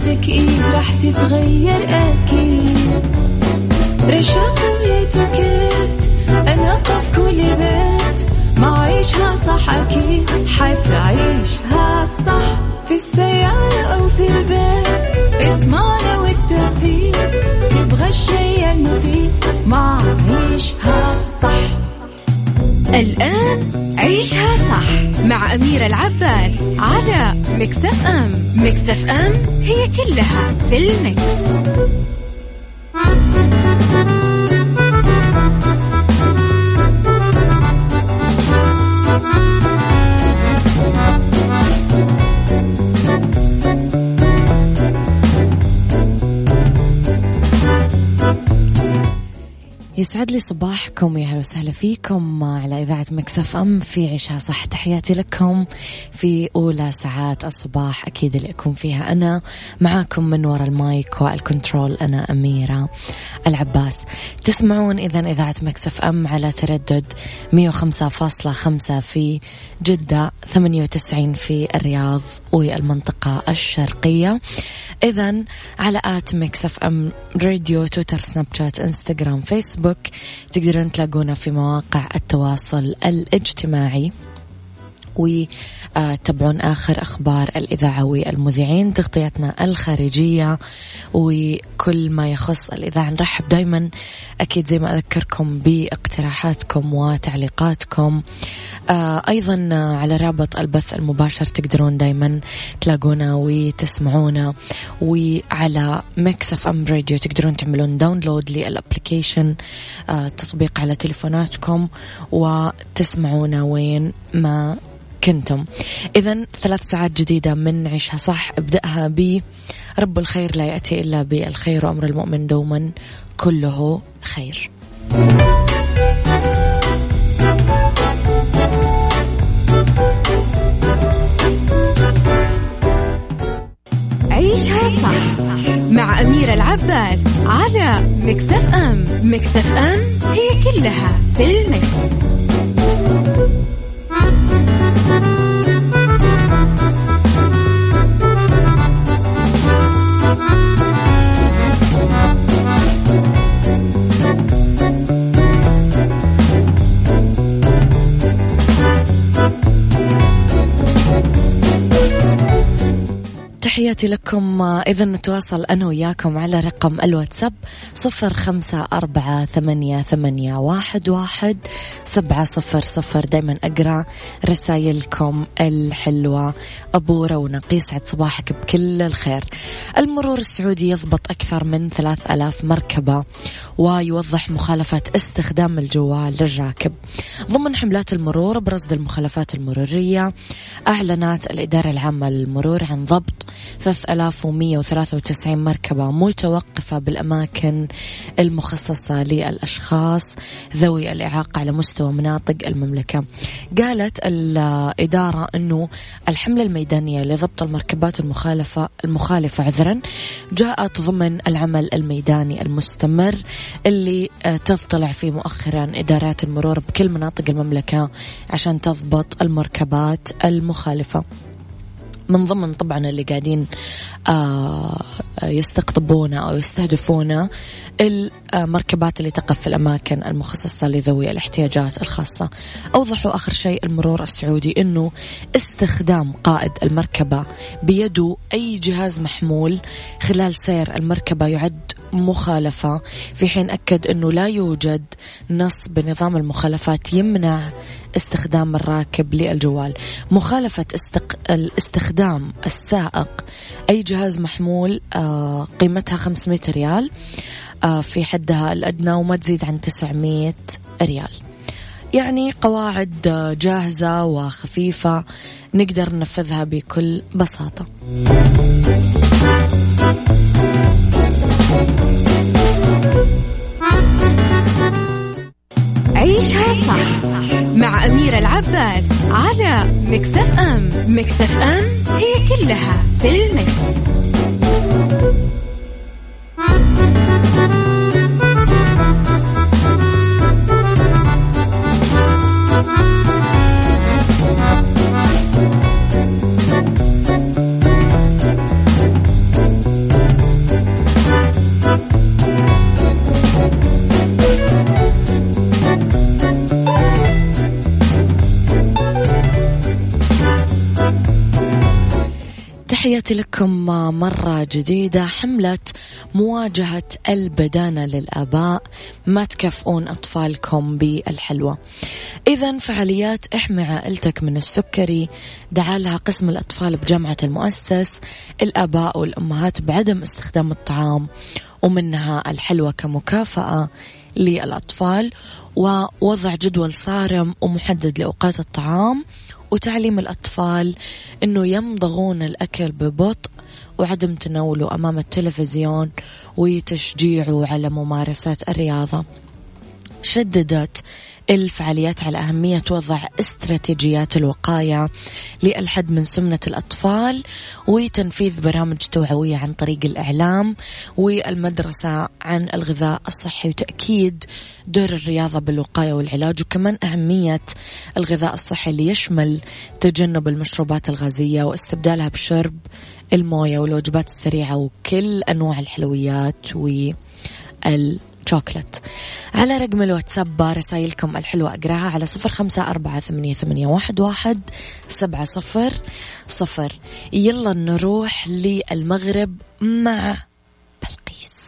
حياتك إيه راح تتغير أكيد. رشاق ويتوكيت أنا قف كل بيت ما عيشها صح أكيد حتعيشها صح. في السيارة أو في البيت اسمعنا والتوفيق تبغى الشيء المفيد ما عيشها صح. الآن عيشها صح مع أميرة العباس على ميكس اف ام. ميكس اف ام هي كلها في الميكس. يسعد لي صباحكم، يا هلا وسهلا فيكم على إذاعة ميكس اف ام في عيشها صح. تحياتي لكم في أولى ساعات الصباح أكيد اللي أكون فيها أنا معاكم من وراء المايك والكنترول. أنا أميرة العباس. تسمعون إذن إذاعة ميكس اف ام على تردد 105.5 في جدة، 98 في الرياض والمنطقة الشرقية. إذن على آت ميكس اف ام راديو، تويتر، سناب شات، انستغرام، فيسبوك. تقدرون تلاقونا في مواقع التواصل الاجتماعي وتابعون آخر أخبار الإذاعة والمذيعين، تغطيتنا الخارجية وكل ما يخص الإذاعة. نرحب دايما أكيد زي ما أذكركم باقتراحاتكم وتعليقاتكم. أيضا على رابط البث المباشر تقدرون دايما تلاقونا وتسمعونا، وعلى ميكس اف ام راديو تقدرون تعملون داونلود للأبليكيشن تطبيق على تليفوناتكم وتسمعونا وين ما كنتم. إذن 3 ساعات جديدة من عيشها صح، ابدأها برب الخير لا يأتي إلا بالخير وأمر المؤمن دوما كله خير. عيشها صح مع أميرة العباس على ميكس اف ام. ميكس اف ام هي كلها في الميكس. تحياتي لكم. إذا نتواصل أنا وياكم على رقم الواتساب 0548811700. دايما أقرأ رسائلكم الحلوة. أبو رونق يسعد صباحك بكل الخير. المرور السعودي يضبط أكثر من 3000 مركبة ويوضح مخالفة استخدام الجوال للراكب. ضمن حملات المرور برصد المخالفات المرورية، أعلنت الإدارة العامة للمرور عن ضبط 3193 مركبة متوقفة بالأماكن المخصصة للأشخاصص ذوي الإعاقة على مستوى مناطق المملكة. قالت الإدارة أنه الحملة الميدانية لضبط المركبات المخالفة جاءت ضمن العمل الميداني المستمر اللي تطلع فيه مؤخرا إدارات المرور بكل مناطق المملكة عشان تضبط المركبات المخالفة. من ضمن طبعا اللي قاعدين يستقطبونا أو يستهدفونا المركبات اللي تقف في الأماكن المخصصة لذوي الاحتياجات الخاصة. أوضحوا آخر شيء المرور السعودي أنه استخدام قائد المركبة بيده أي جهاز محمول خلال سير المركبة يعد مخالفة، في حين أكد أنه لا يوجد نص بنظام المخالفات يمنع استخدام الراكب للجوال. مخالفة استخدام السائق أي جهاز محمول قيمتها 500 ريال في حدها الأدنى وما تزيد عن 900 ريال. يعني قواعد جاهزة وخفيفة نقدر ننفذها بكل بساطة. عيشها صح مع أميرة العباس على ميكس اف ام. ميكس اف ام هي كلها في الميكس. تحياتي لكم مرة جديدة. حملة مواجهة البدانة للآباء، ما تكافئون أطفالكم بالحلوى. إذن فعاليات احمي عائلتك من السكري دعا لها قسم الأطفال بجامعة المؤسس الآباء والأمهات بعدم استخدام الطعام ومنها الحلوى كمكافأة للأطفال، ووضع جدول صارم ومحدد لأوقات الطعام، وتعليم الأطفال أنه يمضغون الأكل ببطء وعدم تناوله أمام التلفزيون، وتشجيعه على ممارسات الرياضة. شددت الفعاليات على أهمية وضع استراتيجيات الوقاية للحد من سمنة الأطفال وتنفيذ برامج توعوية عن طريق الإعلام والمدرسة عن الغذاء الصحي، وتأكيد دور الرياضة بالوقاية والعلاج، وكمان أهمية الغذاء الصحي اللي يشمل تجنب المشروبات الغازية واستبدالها بشرب الموية والوجبات السريعة وكل أنواع الحلويات شوكولات. على رقم الواتساب رسائلكم الحلوة أقراها على 0548811700. يلا نروح للمغرب مع بلقيس.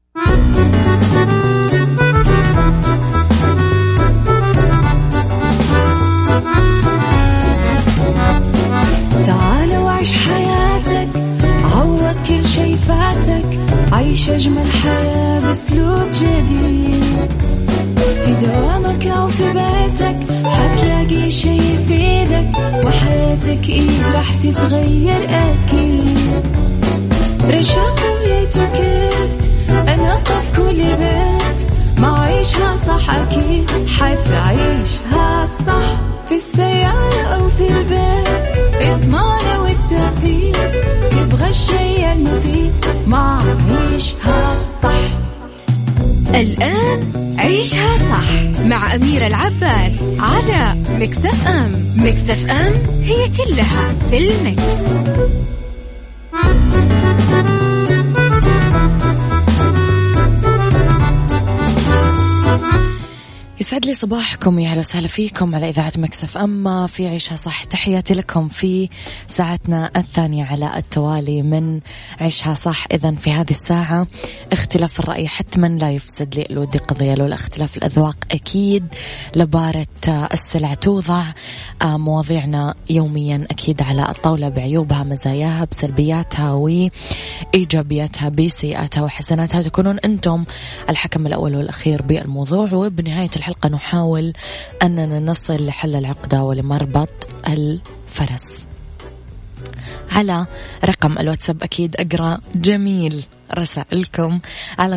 تعال وعيش حياتك، عوض كل شي فاتك، عيش أجمل حياة بأسلوب جديد. في دوامك أو في بيتك حتلاقي شي يفيدك، وحياتك راح تتغير أكيد. رشاق ويتوكيت أنا قف كل بيت، ما عيشها صح أكيد حتعيشها صح. في السيارة أو في البيت اسمعنا والتوفيق، تبغى الشيء المفيد ما عيشها صح. الآن عيشها صح مع أميرة العباس على ميكس اف ام. ميكس اف ام هي كلها في الميكس. يسعد لي صباحكم، يا أهلا وسهلا فيكم على إذاعة ميكس اف ام في عيشها صح. تحياتي لكم في ساعتنا الثانية على التوالي من عيشها صح. إذن في هذه الساعة اختلاف الرأي حتما لا يفسد لي الود قضية، لولا اختلاف الأذواق أكيد لبارة السلع توضع. مواضيعنا يوميا أكيد على الطاولة بعيوبها مزاياها بسلبياتها وإيجابياتها بسيئاتها وحسناتها. تكونون أنتم الحكم الأول والأخير بالموضوع، وبنهاية الحلقة نحاول أننا نصل لحل العقدة ولمربط الفرس. على رقم الواتساب أكيد أقرأ جميل رسائلكم على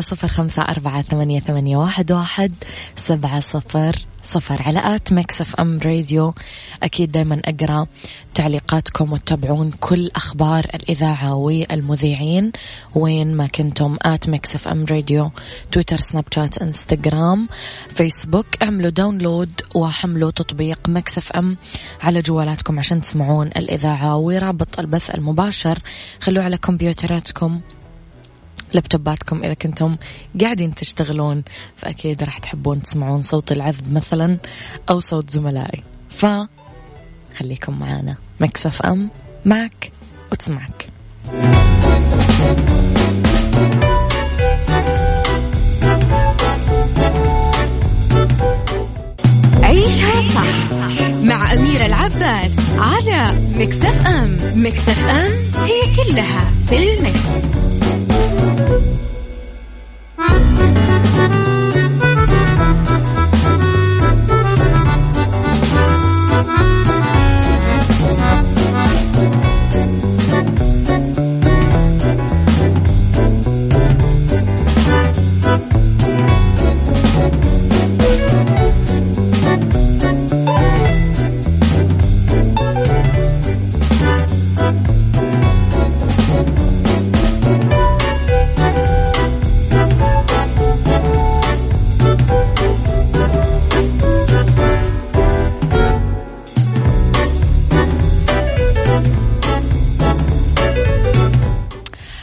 0548811700. على ميكس اف ام راديو أكيد دايما أقرأ تعليقاتكم وتتابعون كل أخبار الإذاعة والمذيعين وين ما كنتم. ميكس اف ام راديو تويتر سناب شات انستغرام فيسبوك. اعملوا داونلود وحملوا تطبيق ميكس اف ام على جوالاتكم عشان تسمعون الإذاعة، ورابط البث المباشر خلوه على كمبيوتراتكم لابتوباتكم. إذا كنتم قاعدين تشتغلون فأكيد راح تحبون تسمعون صوت العذب مثلا أو صوت زملائي، فخليكم معانا. ميكس اف ام معك وتسمعك. عيشها صح مع أميرة العباس على ميكس اف ام. ميكس اف ام هي كلها في الميكس.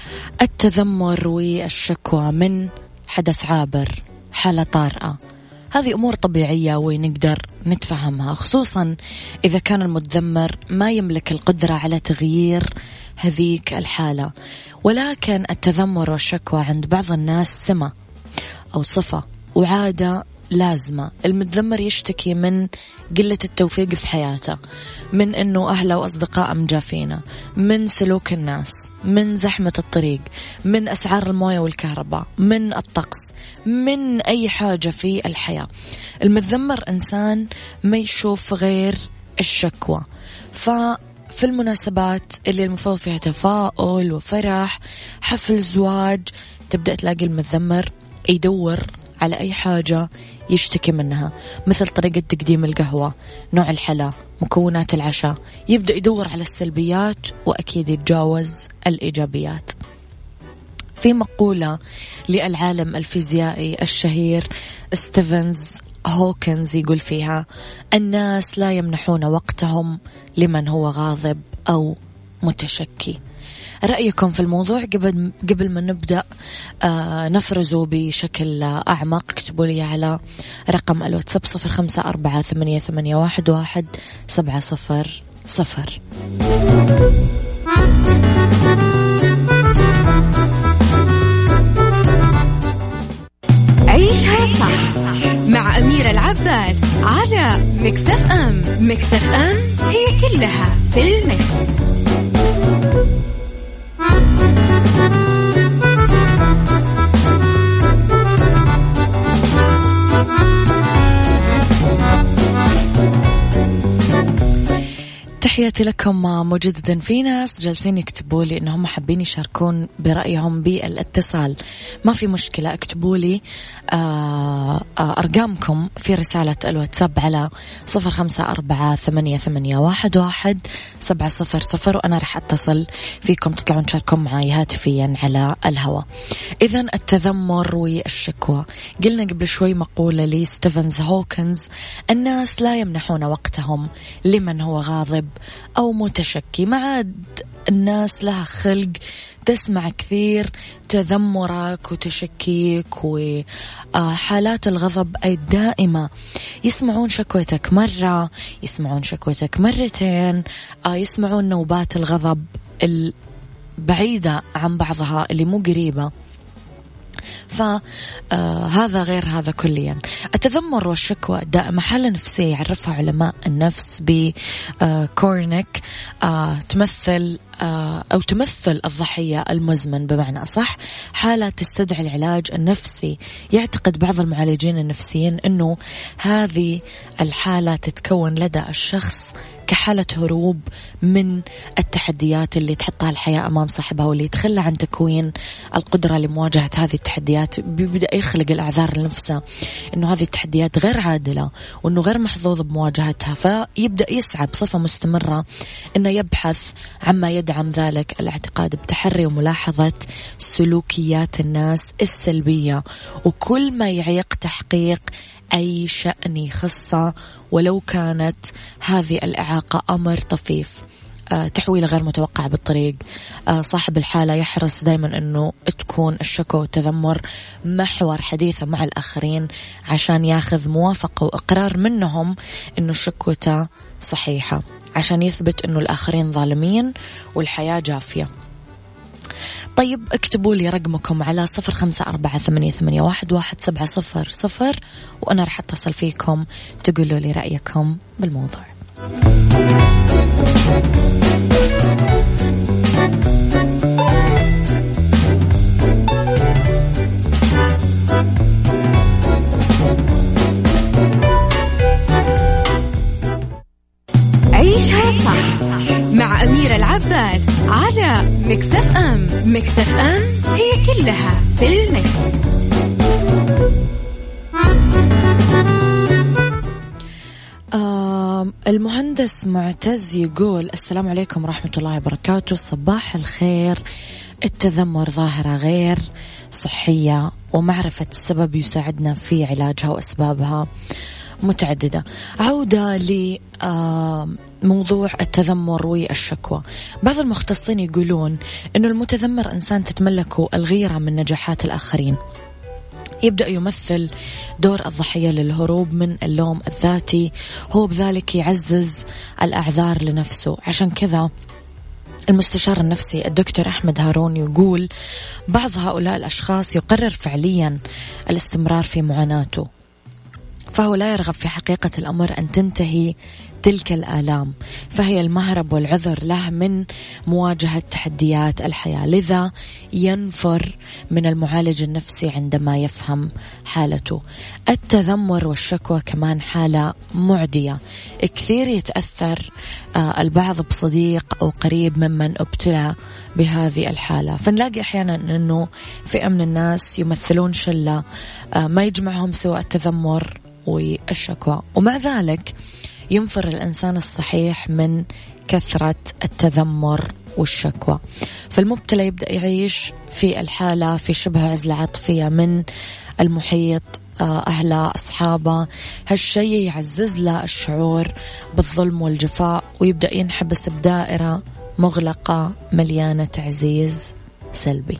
التذمر والشكوى من حدث عابر، حالة طارئة، هذه أمور طبيعية ونقدر نتفهمها، خصوصا إذا كان المتذمر ما يملك القدرة على تغيير هذيك الحالة. ولكن التذمر والشكوى عند بعض الناس سمة أو صفة وعادة لازمة. المتذمر يشتكي من قلة التوفيق في حياته، من أنه أهله وأصدقائه مجافينه، من سلوك الناس، من زحمة الطريق، من أسعار الموية والكهرباء، من الطقس، من أي حاجة في الحياة. المتذمر إنسان ما يشوف غير الشكوى. في المناسبات اللي المفروض فيها تفاؤل وفرح، حفل زواج، تبدأ تلاقي المتذمر يدور على أي حاجة يشتكي منها، مثل طريقة تقديم القهوة، نوع الحلا، مكونات العشاء. يبدأ يدور على السلبيات وأكيد يتجاوز الإيجابيات. في مقولة للعالم الفيزيائي الشهير ستيفنز هوكنز يقول فيها: الناس لا يمنحون وقتهم لمن هو غاضب أو متشكي. رأيكم في الموضوع قبل ما نبدأ نفرزه بشكل أعمق؟ اكتبوا لي على رقم الواتساب 0548811700. عيشها صح مع أميرة العباس على ميكس اف ام. ميكس اف ام هي كلها في الميكس. تحياتي لكم مجددا. في ناس جالسين يكتبوا لي انهم حابين يشاركون برأيهم بالاتصال. ما في مشكلة، اكتبوا لي ارقامكم في رسالة الواتساب على 0548811700 وانا رح اتصل فيكم تطلعون تشاركون معي هاتفيا على الهواء. اذا التذمر والشكوى، قلنا قبل شوي مقولة لستيفنز هوكنز: الناس لا يمنحون وقتهم لمن هو غاضب أو متشكي. ما عاد الناس لها خلق تسمع كثير تذمرك وتشكيك وحالات الغضب الدائمة. يسمعون شكوتك مرة، يسمعون شكوتك مرتين، يسمعون نوبات الغضب البعيدة عن بعضها اللي مو قريبة. فهذا غير هذا كليا. التذمر والشكوى الدائمة حالة نفسية يعرفها علماء النفس بكورنيك، تمثل الضحية المزمن، بمعنى أصح حالة تستدعي العلاج النفسي. يعتقد بعض المعالجين النفسيين أنه هذه الحالة تتكون لدى الشخص كحالة هروب من التحديات اللي تحطها الحياة أمام صاحبها، واللي يتخلى عن تكوين القدرة لمواجهة هذه التحديات. بيبدأ يخلق الأعذار لنفسه إنه هذه التحديات غير عادلة وإنه غير محظوظ بمواجهتها، فيبدأ يسعى بصفة مستمرة إنه يبحث عما يدعم ذلك الاعتقاد بتحري وملاحظة سلوكيات الناس السلبية، وكل ما يعيق تحقيق أي شأن يخصه ولو كانت هذه الإعاقة أمر طفيف. تحويل غير متوقع بالطريق. صاحب الحالة يحرص دايما أنه تكون الشكوى والتذمر محور حديثه مع الآخرين عشان ياخذ موافقة وإقرار منهم أنه شكوته صحيحة، عشان يثبت أنه الآخرين ظالمين والحياة جافية. طيب اكتبوا لي رقمكم على 0548811700 وأنا رح أتصل فيكم تقولوا لي رأيكم بالموضوع. عيشها صح مع أميرة العباس على ميكس اف ام. ميكس اف ام هي كلها في الميكس. المهندس معتز يقول: السلام عليكم ورحمة الله وبركاته. صباح الخير. التذمر ظاهرة غير صحية ومعرفة السبب يساعدنا في علاجها وأسبابها متعددة. عودة لموضوع التذمر والشكوى. بعض المختصين يقولون أنه المتذمر إنسان تتملكه الغيرة من نجاحات الآخرين، يبدأ يمثل دور الضحية للهروب من اللوم الذاتي، هو بذلك يعزز الأعذار لنفسه. عشان كذا المستشار النفسي الدكتور أحمد هارون يقول بعض هؤلاء الأشخاص يقرر فعليا الاستمرار في معاناته، فهو لا يرغب في حقيقة الأمر أن تنتهي تلك الآلام، فهي المهرب والعذر له من مواجهة تحديات الحياة، لذا ينفر من المعالج النفسي عندما يفهم حالته. التذمر والشكوى كمان حالة معدية، كثير يتأثر البعض بصديق أو قريب ممن ابتلى بهذه الحالة، فنلاقي أحيانا أنه فئة من الناس يمثلون شلة ما يجمعهم سوى التذمر والشكوى، ومع ذلك ينفر الإنسان الصحيح من كثرة التذمر والشكوى. فالمبتلى يبدأ يعيش في الحالة في شبه عزلة عاطفية من المحيط، أهله، أصحابه. هالشيء يعزز له الشعور بالظلم والجفاء، ويبدأ ينحبس بدائرة مغلقة مليانة تعزيز سلبي.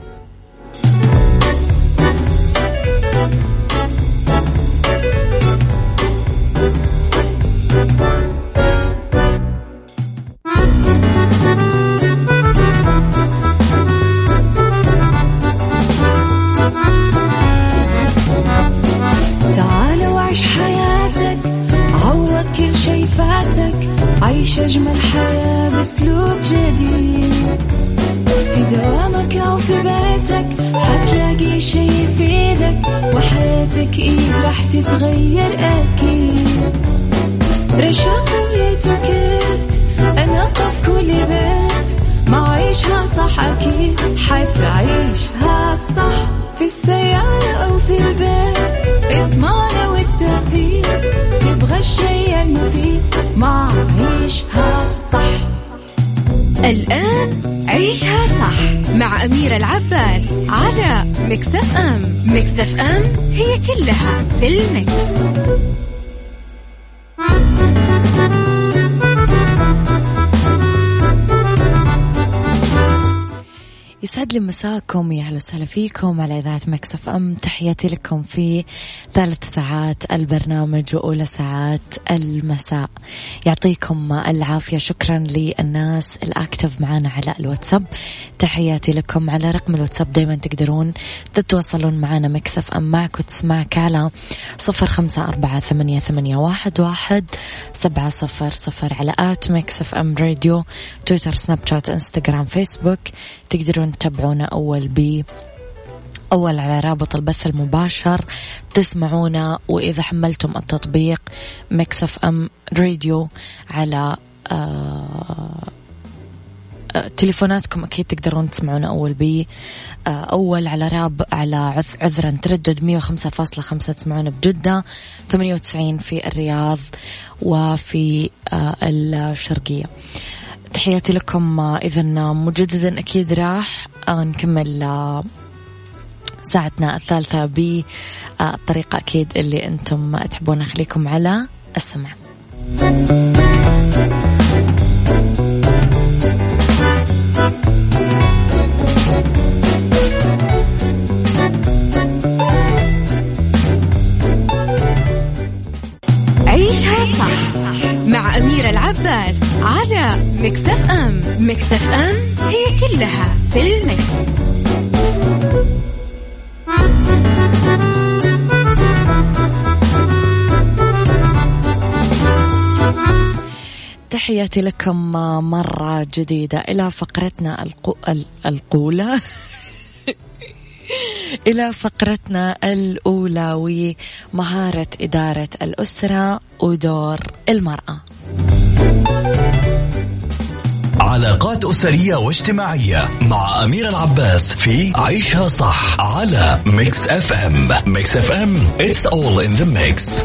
عيش أجمل حياة بأسلوب جديد، في دوامك أو في بيتك حتلاقي شي يفيدك، وحياتك إيه راح تتغير أكيد. رشاق ويتوكيت أنا قف كل بيت، ما عيشها صح أكيد حتعيشها صح، في السيارة أو في البيت اسمعنا والتوفيق، تبغى الشيء المفيد ما عيشها صح. الآن عيشها صح مع أميرة العباس على ميكس اف ام. ميكس اف ام هي كلها في الميكس. يسعد لي مساكم، يا أهلا وسهلا فيكم على إذاعة ميكس اف ام. تحياتي لكم في 3 ساعات البرنامج وأولى ساعات المساء، يعطيكم العافية. شكرا للناس الأكتف معنا على الواتساب، تحياتي لكم. على رقم الواتساب دايما تقدرون تتواصلون معنا ميكس اف ام معك وتسمعك على 0548811700 على آت ميكس اف ام راديو، تويتر، سناب شات، انستغرام، فيسبوك. تقدرون تتابعونا أول على رابط البث المباشر، تسمعونا، وإذا حملتم التطبيق ميكس اف ام راديو على تليفوناتكم أكيد تقدرون تسمعونا أول على عذرا تردد 105.5 تسمعونا بجدة، 98 في الرياض وفي الشرقية. تحياتي لكم. إذن مجددا أكيد راح نكمل ساعتنا الثالثة بالطريقة أكيد اللي أنتم تحبون. خليكم على السمع. عيشها صح مع أميرة العباس على ميكس اف ام. ميكس اف ام هي كلها في الميكس. تحياتي لكم مرة جديدة إلى فقرتنا الأولى إلى فقرتنا الأولى، ومهارة إدارة الأسرة ودور المرأة. علاقات أسرية واجتماعية مع أميرة العباس في عيشها صح على ميكس اف ام. ميكس اف ام it's all in the mix.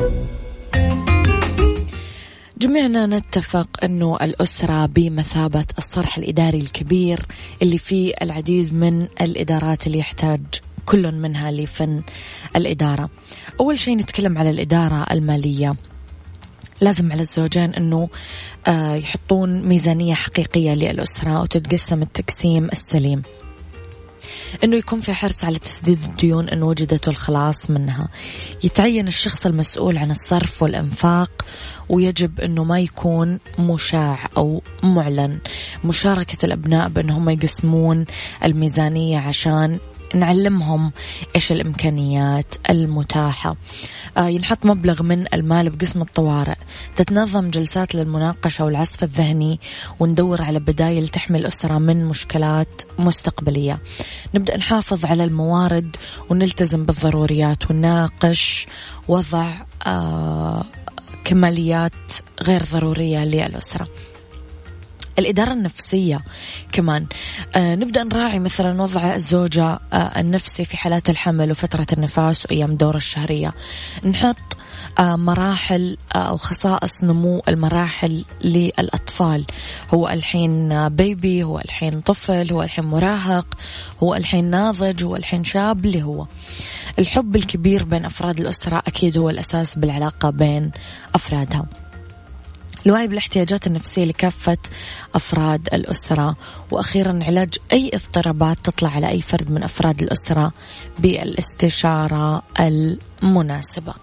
جميعنا نتفق أنه الأسرة بمثابة الصرح الإداري الكبير اللي فيه العديد من الإدارات اللي يحتاج كل منها لفن الإدارة. أول شيء نتكلم على الإدارة المالية. لازم على الزوجين أنه يحطون ميزانية حقيقية للأسرة وتتقسم التقسيم السليم. أنه يكون في حرص على تسديد الديون إن وجدت والخلاص منها. يتعين الشخص المسؤول عن الصرف والإنفاق، ويجب أنه ما يكون مشاع أو معلن. مشاركة الأبناء بأنهم يقسمون الميزانية عشان نعلمهم إيش الإمكانيات المتاحة. ينحط مبلغ من المال بقسم الطوارئ. تتنظم جلسات للمناقشة والعصف الذهني، وندور على بدائل تحمي الأسرة من مشكلات مستقبلية. نبدأ نحافظ على الموارد ونلتزم بالضروريات، ونناقش وضع كماليات غير ضرورية للأسرة. الإدارة النفسية كمان نبدأ نراعي مثلا وضع الزوجة النفسي في حالات الحمل وفترة النفاس وأيام الدورة الشهرية. نحط مراحل أو خصائص نمو المراحل للأطفال. هو الحين بيبي، هو الحين طفل، هو الحين مراهق، هو الحين ناضج، هو الحين شاب. اللي هو الحب الكبير بين أفراد الأسرة أكيد هو الأساس بالعلاقة بين أفرادها. الوعي بالاحتياجات النفسية لكافة أفراد الأسرة. وأخيرا علاج أي اضطرابات تطلع على أي فرد من أفراد الأسرة بالاستشارة المناسبة.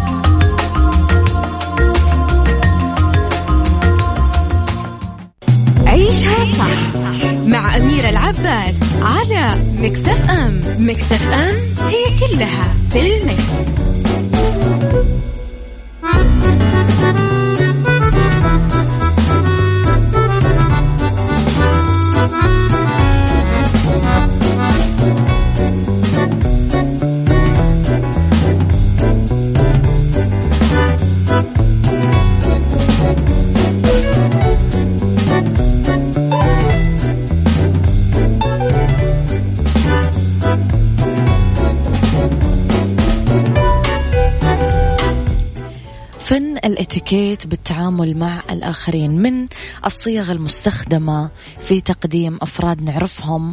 عيشها صح مع أميرة العباس على ميكس اف ام. ميكس اف ام هي كلها في الميكس. فن الاتيكيت بالتعامل مع الآخرين من الصيغ المستخدمة في تقديم أفراد نعرفهم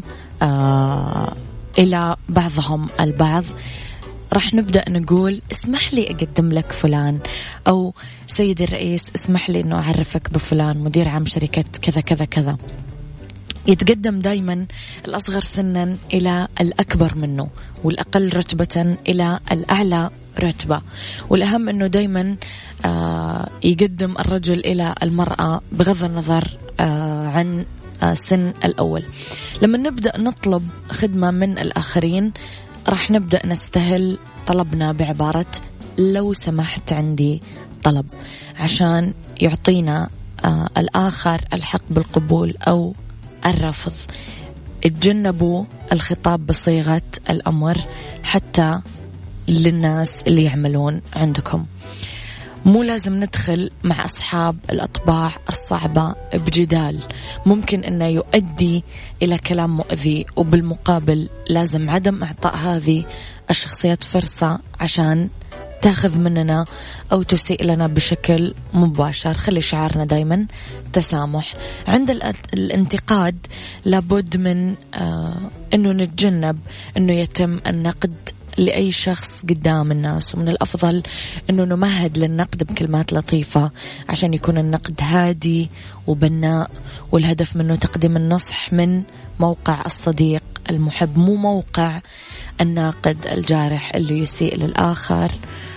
إلى بعضهم البعض. رح نبدأ نقول اسمح لي أقدم لك فلان، أو سيد الرئيس اسمح لي أنه أعرفك بفلان مدير عام شركة كذا كذا كذا. يتقدم دايما الأصغر سنا إلى الأكبر منه، والأقل رتبة إلى الأعلى رتبة. والأهم أنه دايما يقدم الرجل إلى المرأة بغض النظر عن سن الأول. لما نبدأ نطلب خدمة من الآخرين راح نبدأ نستهل طلبنا بعبارة لو سمحت عندي طلب، عشان يعطينا الآخر الحق بالقبول أو الرفض. اتجنبوا الخطاب بصيغة الأمر حتى للناس اللي يعملون عندكم. مو لازم ندخل مع أصحاب الأطباع الصعبة بجدال ممكن أنه يؤدي إلى كلام مؤذي، وبالمقابل لازم عدم إعطاء هذه الشخصيات فرصة عشان تاخذ مننا أو تسيء لنا بشكل مباشر. خلي شعارنا دايما تسامح. عند الانتقاد لابد من أنه نتجنب أنه يتم النقد لأي شخص قدام الناس، ومن الأفضل أنه نمهد للنقد بكلمات لطيفة عشان يكون النقد هادي وبناء، والهدف منه تقديم النصح من موقع الصديق المحب، مو موقع الناقد الجارح اللي يسيء للآخر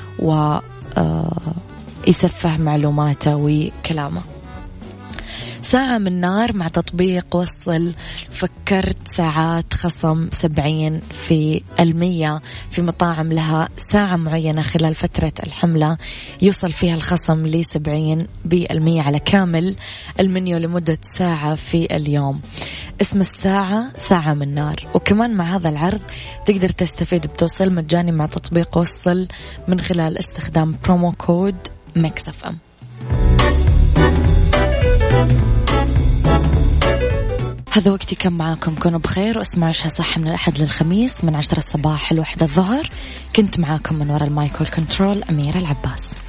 ويسفه معلوماته وكلامه. ساعة من نار مع تطبيق وصل. فكرت ساعات خصم 70% في مطاعم لها ساعة معينة خلال فترة الحملة يوصل فيها الخصم ل 70% على كامل المنيو لمدة ساعة في اليوم. اسم الساعة ساعة من نار. وكمان مع هذا العرض تقدر تستفيد بتوصيل مجاني مع تطبيق وصل من خلال استخدام برومو كود ميكس اف ام. هذا وقتي كم معاكم. كونوا بخير واسمعوا عيشها صح من الأحد للخميس من 10 الصباح ل1 الظهر. كنت معاكم من وراء المايك والكنترول أميرة العباس.